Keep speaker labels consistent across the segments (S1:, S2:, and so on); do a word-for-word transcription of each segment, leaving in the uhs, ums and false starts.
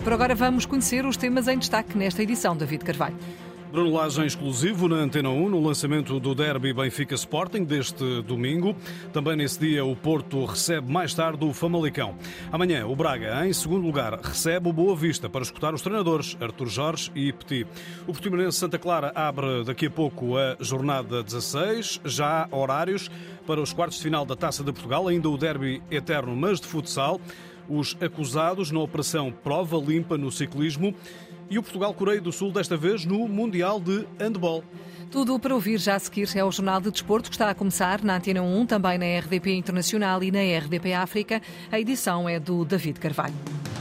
S1: por agora vamos conhecer os temas em destaque nesta edição, David Carvalho.
S2: Bruno Lage em exclusivo na Antena um, no lançamento do derby Benfica Sporting deste domingo. Também nesse dia o Porto recebe mais tarde o Famalicão. Amanhã o Braga, em segundo lugar, recebe o Boa Vista para escutar os treinadores Artur Jorge e Petit. O Portimonense Santa Clara abre daqui a pouco a jornada dezasseis. Já há horários para os quartos de final da Taça de Portugal, ainda o derby eterno, mas de futsal. Os acusados na operação Prova Limpa no ciclismo. E o Portugal-Coreia do Sul, desta vez no Mundial de Handball.
S1: Tudo para ouvir já a seguir é o Jornal de Desporto, que está a começar na Antena um, também na R D P Internacional e na R D P África. A edição é do David Carvalho.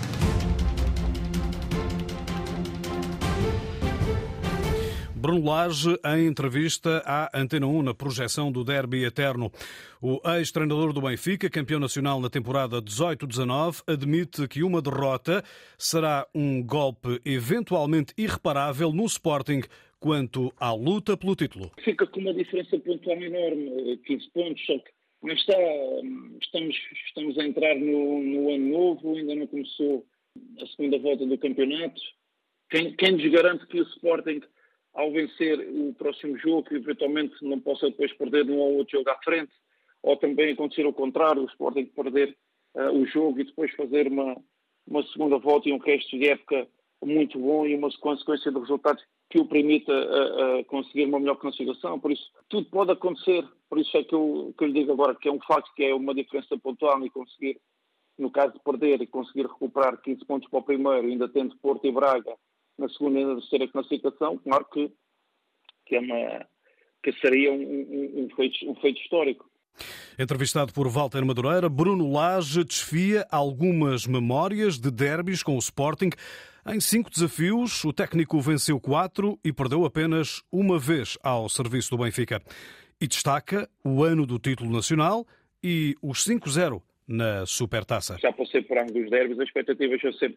S2: Bruno Lage, em entrevista à Antena um, na projeção do derby eterno. O ex-treinador do Benfica, campeão nacional na temporada dezoito dezanove, admite que uma derrota será um golpe eventualmente irreparável no Sporting quanto à luta pelo título.
S3: Fica com uma diferença pontual enorme, quinze pontos, só que mas está, estamos, estamos a entrar no, no ano novo, ainda não começou a segunda volta do campeonato. Quem, quem nos garante que o Sporting, ao vencer o próximo jogo, que eventualmente não possa depois perder um ou outro jogo à frente, ou também acontecer o contrário, o Sporting perder uh, o jogo e depois fazer uma, uma segunda volta e um resto de época muito bom e uma consequência de resultados que o permita uh, uh, conseguir uma melhor classificação. Por isso, tudo pode acontecer. Por isso é que eu, que eu lhe digo agora que é um facto, que é uma diferença pontual e conseguir, no caso de perder, e conseguir recuperar quinze pontos para o primeiro, ainda tendo Porto e Braga na segunda e na terceira classificação, claro que, que, é uma, que seria um, um, um, feito, um feito histórico.
S2: Entrevistado por Walter Madureira, Bruno Lage desfia algumas memórias de derbys com o Sporting. Em cinco desafios, o técnico venceu quatro e perdeu apenas uma vez ao serviço do Benfica. E destaca o ano do título nacional e os cinco zero na Supertaça.
S3: Já passei por ambos os derbys, as expectativas são sempre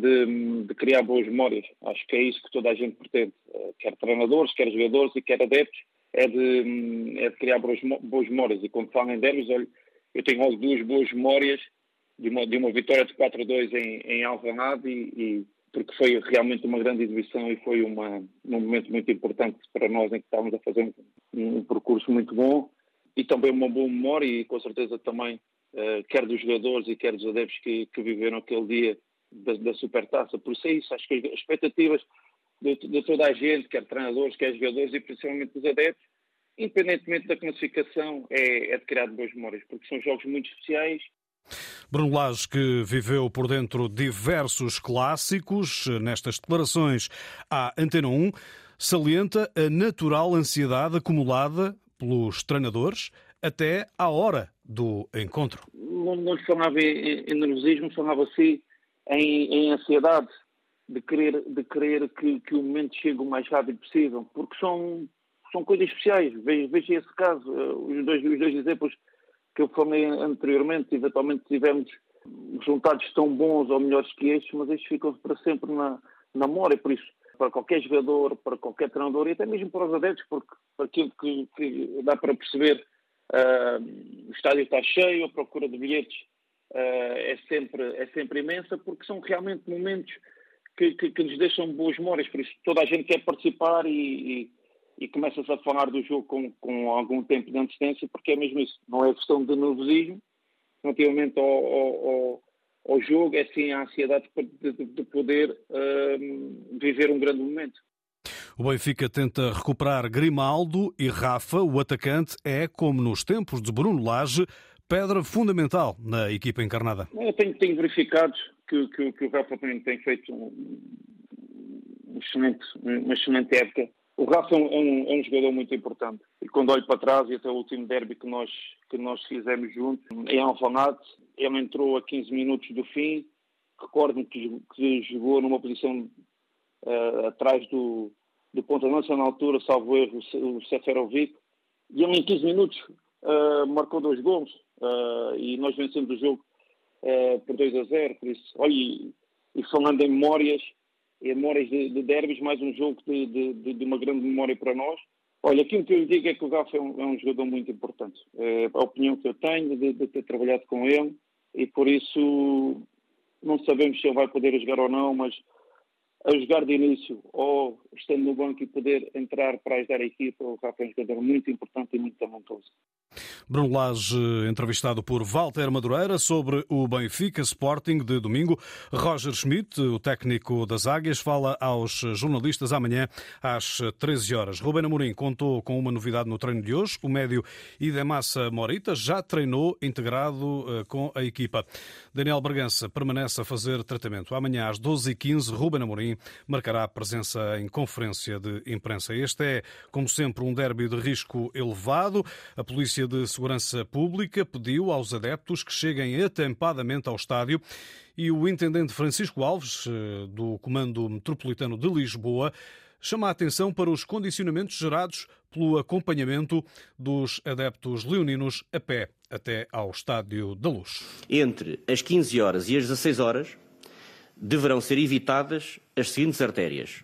S3: de, de criar boas memórias. Acho que é isso que toda a gente pretende, quer treinadores, quer jogadores e quer adeptos, é de, é de criar boas, boas memórias. E quando falam em derbys, olha, eu tenho logo duas boas memórias de uma, de uma vitória de quatro a dois em, em Alvalade, e, e, porque foi realmente uma grande exibição e foi uma, um momento muito importante para nós, em que estávamos a fazer um, um percurso muito bom, e também uma boa memória, e com certeza também Uh, quer dos jogadores e quer dos adeptos que, que viveram aquele dia da, da Supertaça. Por isso é isso, acho que as expectativas de, de toda a gente, quer treinadores, quer jogadores e principalmente dos adeptos, independentemente da classificação, é, é de criar boas memórias, porque são jogos muito especiais.
S2: Bruno Lage, que viveu por dentro diversos clássicos, nestas declarações à Antena um, salienta a natural ansiedade acumulada pelos treinadores até à hora do encontro.
S3: Não, não se falava em, em nervosismo, falava-se em, em ansiedade, de querer, de querer que, que o momento chegue o mais rápido possível, porque são, são coisas especiais. Veja, veja esse caso, os dois, os dois exemplos que eu falei anteriormente, eventualmente tivemos resultados tão bons ou melhores que estes, mas estes ficam para sempre na, na memória. Por isso, para qualquer jogador, para qualquer treinador e até mesmo para os adeptos, porque para aquilo que, que dá para perceber, Uh, o estádio está cheio, a procura de bilhetes uh, é, sempre, é sempre imensa, porque são realmente momentos que, que, que nos deixam boas memórias. Por isso toda a gente quer participar e, e, e começa-se a falar do jogo com, com algum tempo de antecedência, porque é mesmo isso, não é questão de nervosismo relativamente ao, ao, ao, ao jogo, é sim a ansiedade de, de, de poder uh, viver um grande momento.
S2: O Benfica tenta recuperar Grimaldo e Rafa. O atacante é, como nos tempos de Bruno Lage, pedra fundamental na equipa encarnada.
S3: Eu tenho, tenho verificado que, que, que o Rafa tem, tem feito um, um excelente, uma excelente época. O Rafa é um, é um jogador muito importante. E quando olho para trás, e até o último derby que nós, que nós fizemos juntos, em Alvalade, ele entrou a quinze minutos do fim. Recordo-me que, que jogou numa posição uh, atrás do... do ponto de lança na altura, salvo erro, o Seferovic, e ele em quinze minutos uh, marcou dois golos uh, e nós vencemos o jogo uh, por dois a zero. Por isso, olha, e, e falando em memórias, em memórias de, de derbys, mais um jogo de, de, de uma grande memória para nós. Olha, aquilo que eu lhe digo é que o Rafa é um, é um jogador muito importante. É a opinião que eu tenho de, de ter trabalhado com ele, e por isso não sabemos se ele vai poder jogar ou não, mas a jogar de início ou estando no banco e poder entrar para ajudar a equipa, o Rafa é um jogador muito importante e muito talentoso.
S2: Bruno Lage, entrevistado por Walter Madureira sobre o Benfica Sporting de domingo. Roger Schmidt, o técnico das Águias, fala aos jornalistas amanhã às treze horas. Rubén Amorim contou com uma novidade no treino de hoje. O médio Idemassa Morita já treinou integrado com a equipa. Daniel Bragança permanece a fazer tratamento. Amanhã às doze e quinze, Rubén Amorim marcará a presença em conferência de imprensa. Este é, como sempre, um derby de risco elevado. A Polícia de Segurança Pública pediu aos adeptos que cheguem atempadamente ao estádio e o intendente Francisco Alves, do Comando Metropolitano de Lisboa, chama a atenção para os condicionamentos gerados pelo acompanhamento dos adeptos leoninos a pé até ao Estádio da Luz.
S4: Entre as quinze horas e as dezasseis horas deverão ser evitadas as seguintes artérias: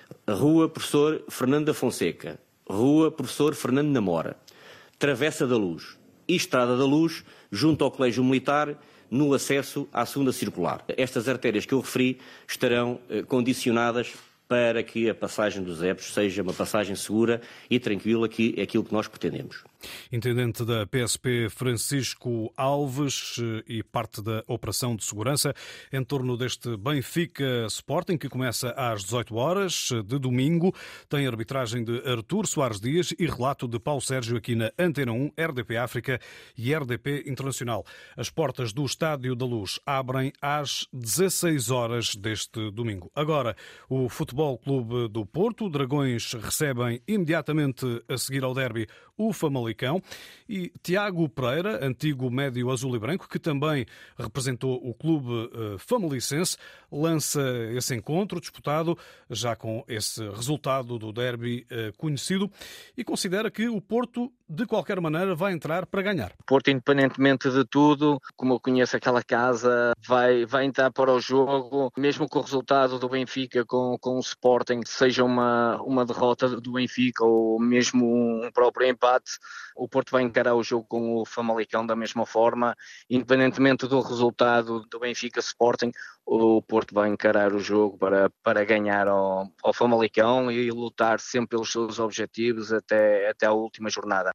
S4: Rua Professor Fernando da Fonseca, Rua Professor Fernando Namora, Travessa da Luz e Estrada da Luz, junto ao Colégio Militar, no acesso à segunda circular. Estas artérias que eu referi estarão eh, condicionadas para que a passagem dos adeptos seja uma passagem segura e tranquila, que é aquilo que nós pretendemos.
S2: Intendente da P S P, Francisco Alves, e parte da operação de segurança em torno deste Benfica Sporting, que começa às dezoito horas de domingo. Tem arbitragem de Artur Soares Dias e relato de Paulo Sérgio aqui na Antena um, R D P África e R D P Internacional. As portas do Estádio da Luz abrem às dezasseis horas deste domingo. Agora, o Futebol Clube do Porto, Dragões, recebem imediatamente a seguir ao derby o Famalicão, e Tiago Pereira, antigo médio azul e branco, que também representou o clube famalicense, lança esse encontro disputado já com esse resultado do derby conhecido e considera que o Porto, de qualquer maneira, vai entrar para ganhar.
S5: O Porto, independentemente de tudo, como eu conheço aquela casa, vai, vai entrar para o jogo, mesmo que o resultado do Benfica com, com o Sporting seja uma, uma derrota do Benfica ou mesmo um próprio empate, o Porto vai encarar o jogo com o Famalicão da mesma forma. Independentemente do resultado do Benfica Sporting, o Porto vai encarar o jogo para, para ganhar ao, ao Famalicão e lutar sempre pelos seus objetivos até, até a última jornada.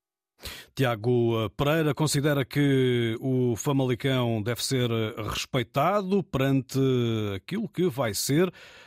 S2: Tiago Pereira considera que o Famalicão deve ser respeitado perante aquilo que vai ser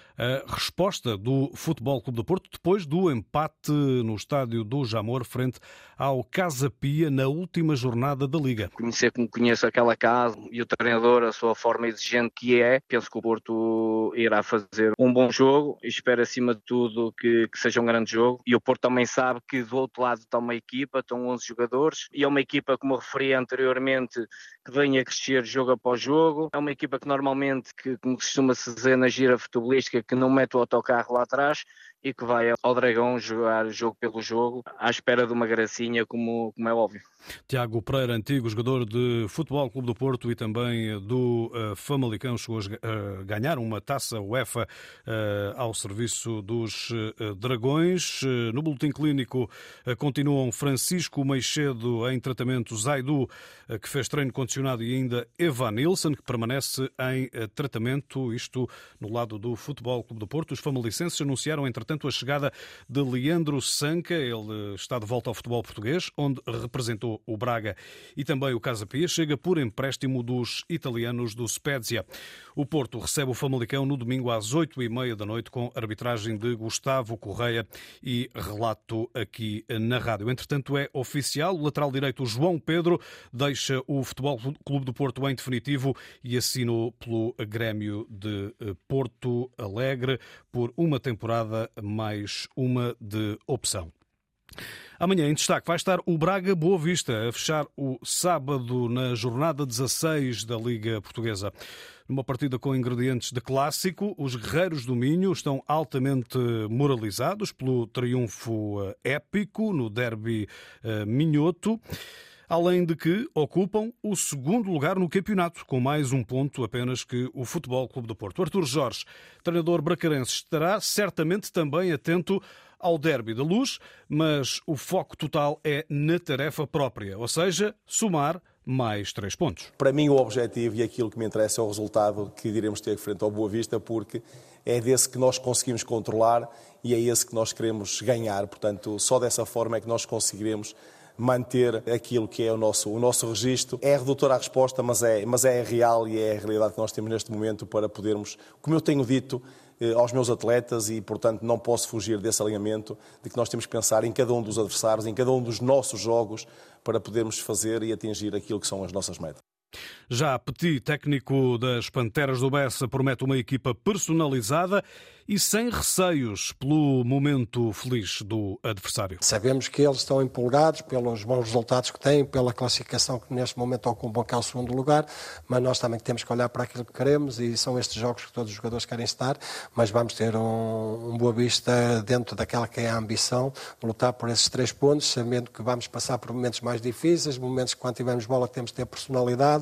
S2: a resposta do Futebol Clube do Porto depois do empate no estádio do Jamor frente ao Casa Pia na última jornada da Liga.
S5: Conhecer como conheço aquela casa e o treinador, a sua forma exigente que é, penso que o Porto irá fazer um bom jogo e espero acima de tudo que, que seja um grande jogo. E o Porto também sabe que do outro lado está uma equipa, estão onze jogadores e é uma equipa, como eu referi anteriormente, que vem a crescer jogo após jogo. É uma equipa que normalmente, que, como costuma-se dizer na gira futebolística, que não mete o autocarro lá atrás e que vai ao Dragão jogar jogo pelo jogo, à espera de uma gracinha, como, como é óbvio.
S2: Tiago Pereira, antigo jogador de Futebol Clube do Porto e também do uh, Famalicão, chegou a uh, ganhar uma taça UEFA uh, ao serviço dos uh, Dragões. Uh, no boletim clínico uh, continuam Francisco Meixedo em tratamento, Zaidu, uh, que fez treino condicionado, e ainda Evan Nilsson, que permanece em uh, tratamento, isto no lado do Futebol Clube do Porto. Os famalicenses anunciaram, entretanto, a chegada de Leandro Sanca. Ele está de volta ao futebol português, onde representou o Braga e também o Casa Pia. Chega por empréstimo dos italianos do Spezia. O Porto recebe o Famalicão no domingo às oito e meia da noite, com arbitragem de Gustavo Correia e relato aqui na rádio. Entretanto, é oficial, o lateral direito João Pedro deixa o Futebol Clube do Porto em definitivo e assinou pelo Grêmio de Porto Alegre por uma temporada mais uma de opção. Amanhã em destaque vai estar o Braga Boa Vista a fechar o sábado na jornada dezasseis da Liga Portuguesa. Numa partida com ingredientes de clássico, os guerreiros do Minho estão altamente moralizados pelo triunfo épico no derby minhoto, além de que ocupam o segundo lugar no campeonato, com mais um ponto apenas que o Futebol Clube do Porto. Artur Jorge, treinador bracarense, estará certamente também atento ao derby da Luz, mas o foco total é na tarefa própria, ou seja, somar mais três pontos.
S6: Para mim o objetivo e aquilo que me interessa é o resultado que iremos ter frente ao Boa Vista, porque é desse que nós conseguimos controlar e é esse que nós queremos ganhar. Portanto, só dessa forma é que nós conseguiremos manter aquilo que é o nosso, o nosso registro. É redutora a resposta, mas é, mas é real e é a realidade que nós temos neste momento para podermos, como eu tenho dito eh, aos meus atletas, e portanto não posso fugir desse alinhamento, de que nós temos que pensar em cada um dos adversários, em cada um dos nossos jogos, para podermos fazer e atingir aquilo que são as nossas metas.
S2: Já Petit, técnico das Panteras do Bessa, promete uma equipa personalizada e sem receios pelo momento feliz do adversário.
S7: Sabemos que eles estão empolgados pelos bons resultados que têm, pela classificação que neste momento ocupam aquele segundo lugar, mas nós também temos que olhar para aquilo que queremos e são estes jogos que todos os jogadores querem estar, mas vamos ter um, um Boa Vista dentro daquela que é a ambição de lutar por esses três pontos, sabendo que vamos passar por momentos mais difíceis, momentos que quando tivermos bola temos de ter personalidade.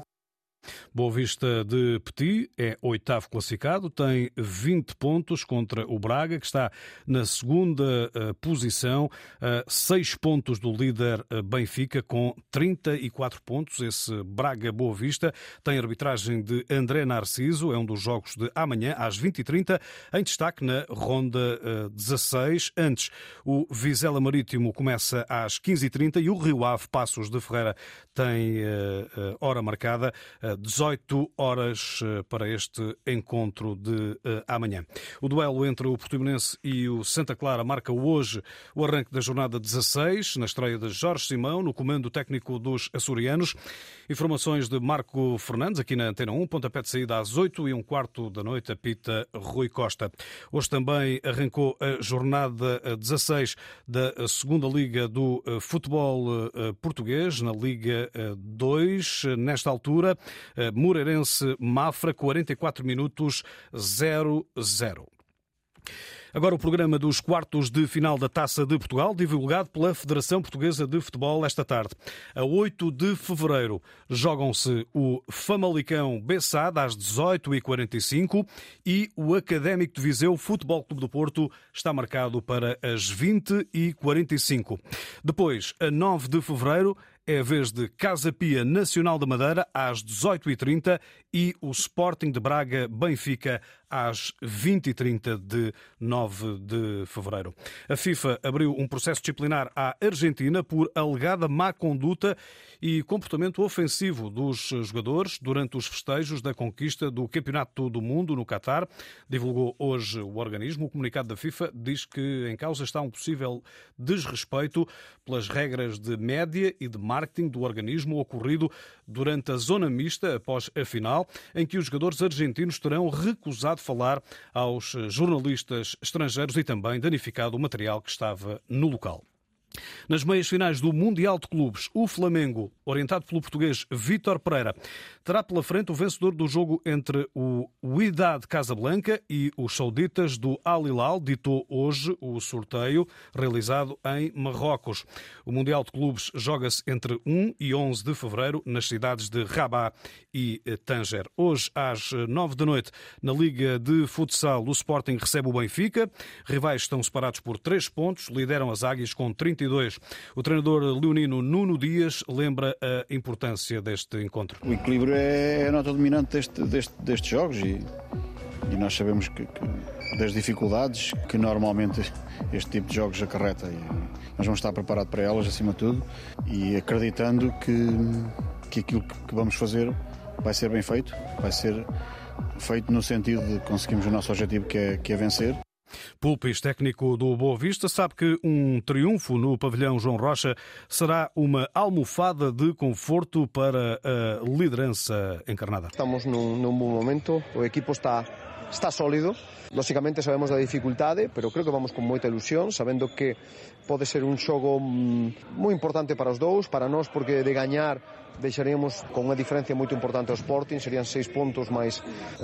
S2: Boa Vista de Petit é oitavo classificado, tem vinte pontos contra o Braga, que está na segunda uh, posição, uh, seis pontos do líder uh, Benfica, com trinta e quatro pontos. Esse Braga Boa Vista tem arbitragem de André Narciso, é um dos jogos de amanhã, às vinte e trinta, em destaque na ronda uh, dezasseis. Antes, o Vizela Marítimo começa às quinze e trinta e o Rio Ave Passos de Ferreira tem uh, uh, hora marcada, uh, dezoito horas para este encontro de uh, amanhã. O duelo entre o Portimonense e o Santa Clara marca hoje o arranque da jornada dezasseis, na estreia de Jorge Simão, no comando técnico dos açorianos. Informações de Marco Fernandes, aqui na Antena um, pontapé de saída às oito e um quarto da noite, apita Rui Costa. Hoje também arrancou a jornada dezasseis da segunda Liga do Futebol Português, na Liga dois. Nesta altura, Moreirense Mafra, quarenta e quatro minutos, zero a zero. Agora o programa dos quartos de final da Taça de Portugal, divulgado pela Federação Portuguesa de Futebol esta tarde. A oito de fevereiro jogam-se o Famalicão Bessade às dezoito e quarenta e cinco e o Académico de Viseu Futebol Clube do Porto está marcado para as vinte e quarenta e cinco. Depois, a nove de fevereiro, é a vez de Casa Pia Nacional da Madeira às dezoito e trinta e o Sporting de Braga Benfica às vinte e trinta de nove de fevereiro. A FIFA abriu um processo disciplinar à Argentina por alegada má conduta e comportamento ofensivo dos jogadores durante os festejos da conquista do Campeonato do Mundo no Qatar. Divulgou hoje o organismo. O comunicado da FIFA diz que em causa está um possível desrespeito pelas regras de média e de marketing do organismo ocorrido durante a zona mista após a final, em que os jogadores argentinos terão recusado falar aos jornalistas estrangeiros e também danificado o material que estava no local. Nas meias finais do Mundial de Clubes, o Flamengo, orientado pelo português Vítor Pereira, terá pela frente o vencedor do jogo entre o Wydad Casablanca e os sauditas do Al Hilal. Ditou hoje o sorteio realizado em Marrocos. O Mundial de Clubes joga-se entre um e onze de fevereiro nas cidades de Rabat e Tanger. Hoje, às nove da noite, na Liga de Futsal, o Sporting recebe o Benfica. Rivais estão separados por três pontos, lideram as Águias com trinta e dois. O treinador leonino Nuno Dias lembra a importância deste encontro.
S8: O equilíbrio é a nota dominante deste, deste, destes jogos e, e nós sabemos que, que das dificuldades que normalmente este tipo de jogos acarreta. E nós vamos estar preparados para elas, acima de tudo, e acreditando que, que aquilo que vamos fazer vai ser bem feito, vai ser feito no sentido de conseguirmos o nosso objetivo, que é, que é vencer.
S2: Pulpis, técnico do Boa Vista, sabe que um triunfo no pavilhão João Rocha será uma almofada de conforto para a liderança encarnada.
S9: Estamos num, num bom momento, o equipo está, está sólido. Lógicamente sabemos da dificuldade, pero creo que vamos con moita ilusión, sabendo que pode ser un xogo moi importante para os dous, para nós, porque de gañar deixaríamos con unha diferencia moito importante ao Sporting, serían seis puntos máis.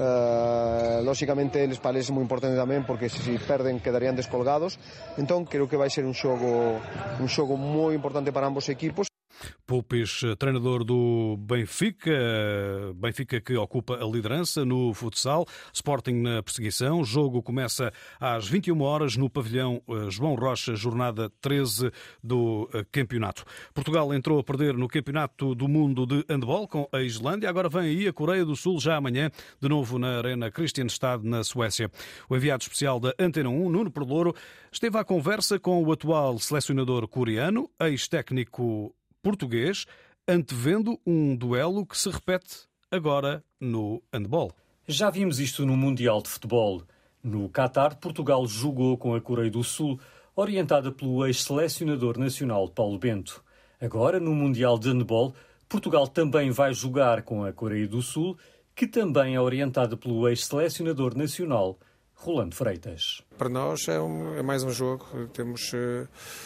S9: Uh, lógicamente eles para eles é moi importante tamén, porque se si perden quedarían descolgados. Entón creo que vai ser un xogo un xogo moi importante para ambos equipos.
S2: Pulpis, treinador do Benfica, Benfica que ocupa a liderança no futsal, Sporting na perseguição. O jogo começa às vinte e uma horas no pavilhão João Rocha, jornada treze do campeonato. Portugal entrou a perder no Campeonato do Mundo de Handball com a Islândia. Agora vem aí a Coreia do Sul já amanhã, de novo na Arena Kristianstad, na Suécia. O enviado especial da Antena um, Nuno Perlouro, esteve à conversa com o atual selecionador coreano, ex-técnico português, antevendo um duelo que se repete agora no handball.
S10: Já vimos isto no Mundial de Futebol. No Qatar, Portugal jogou com a Coreia do Sul, orientada pelo ex-selecionador nacional Paulo Bento. Agora, no Mundial de Handball, Portugal também vai jogar com a Coreia do Sul, que também é orientada pelo ex-selecionador nacional Rolando Freitas.
S11: Para nós é, um, é mais um jogo. Temos... Uh...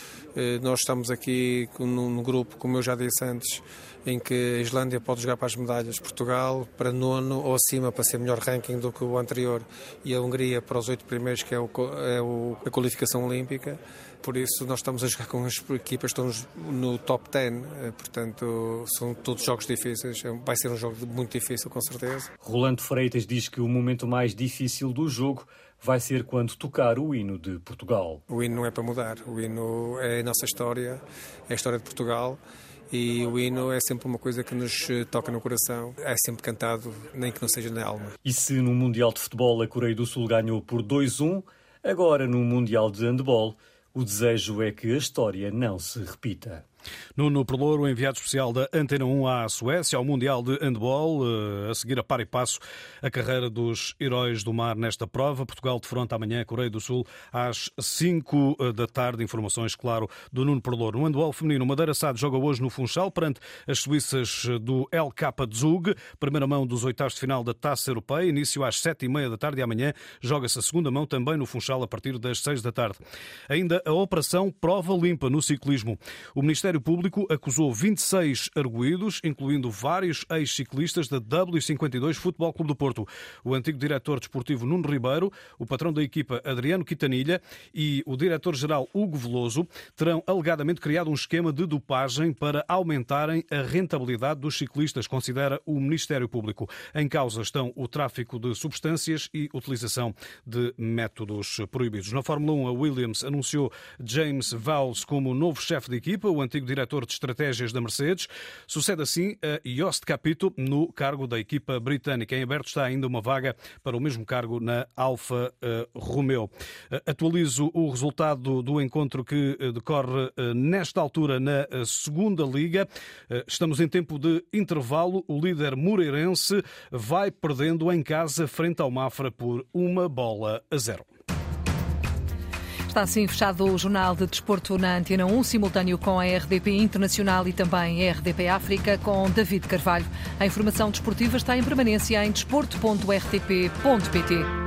S11: Nós estamos aqui num grupo, como eu já disse antes, em que a Islândia pode jogar para as medalhas, Portugal para nono ou acima para ser melhor ranking do que o anterior, e a Hungria para os oito primeiros, que é, o, é o, a qualificação olímpica. Por isso nós estamos a jogar com as equipas que estão no top dez, portanto são todos jogos difíceis, vai ser um jogo muito difícil com certeza.
S10: Rolando Freitas diz que o momento mais difícil do jogo vai ser quando tocar o hino de Portugal.
S11: O hino não é para mudar, o hino é a nossa história, é a história de Portugal, e o hino é sempre uma coisa que nos toca no coração, é sempre cantado, nem que não seja na alma.
S10: E se no Mundial de Futebol a Coreia do Sul ganhou por dois a um, agora no Mundial de Handball o desejo é que a história não se repita.
S2: Nuno Perlouro, enviado especial da Antena um à Suécia, ao Mundial de Handball, a seguir a par e passo a carreira dos heróis do mar nesta prova. Portugal defronta amanhã a Coreia do Sul às cinco da tarde. Informações, claro, do Nuno Perlouro. No handball feminino, o Madeira Sado joga hoje no Funchal perante as suíças do L K Zug, primeira mão dos oitavos de final da Taça Europeia, início às sete e meia da tarde, e amanhã joga-se a segunda mão também no Funchal a partir das seis da tarde. Ainda a Operação Prova Limpa no ciclismo. O Ministério Público acusou vinte e seis arguídos, incluindo vários ex-ciclistas da W cinquenta e dois Futebol Clube do Porto. O antigo diretor desportivo Nuno Ribeiro, o patrão da equipa Adriano Quintanilha e o diretor-geral Hugo Veloso terão alegadamente criado um esquema de dopagem para aumentarem a rentabilidade dos ciclistas, considera o Ministério Público. Em causa estão o tráfico de substâncias e utilização de métodos proibidos. Na Fórmula um, a Williams anunciou James Vowles como novo chefe de equipa, o antigo diretor de estratégias da Mercedes. Sucede assim a Jost Capito no cargo da equipa britânica. Em aberto está ainda uma vaga para o mesmo cargo na Alfa Romeo. Atualizo o resultado do encontro que decorre nesta altura na segunda Liga. Estamos em tempo de intervalo. O líder moreirense vai perdendo em casa frente ao Mafra por uma bola a zero.
S1: Está assim fechado o Jornal de Desporto na Antena um, simultâneo com a R D P Internacional e também a R D P África, com David Carvalho. A informação desportiva está em permanência em desporto ponto r t p ponto p t.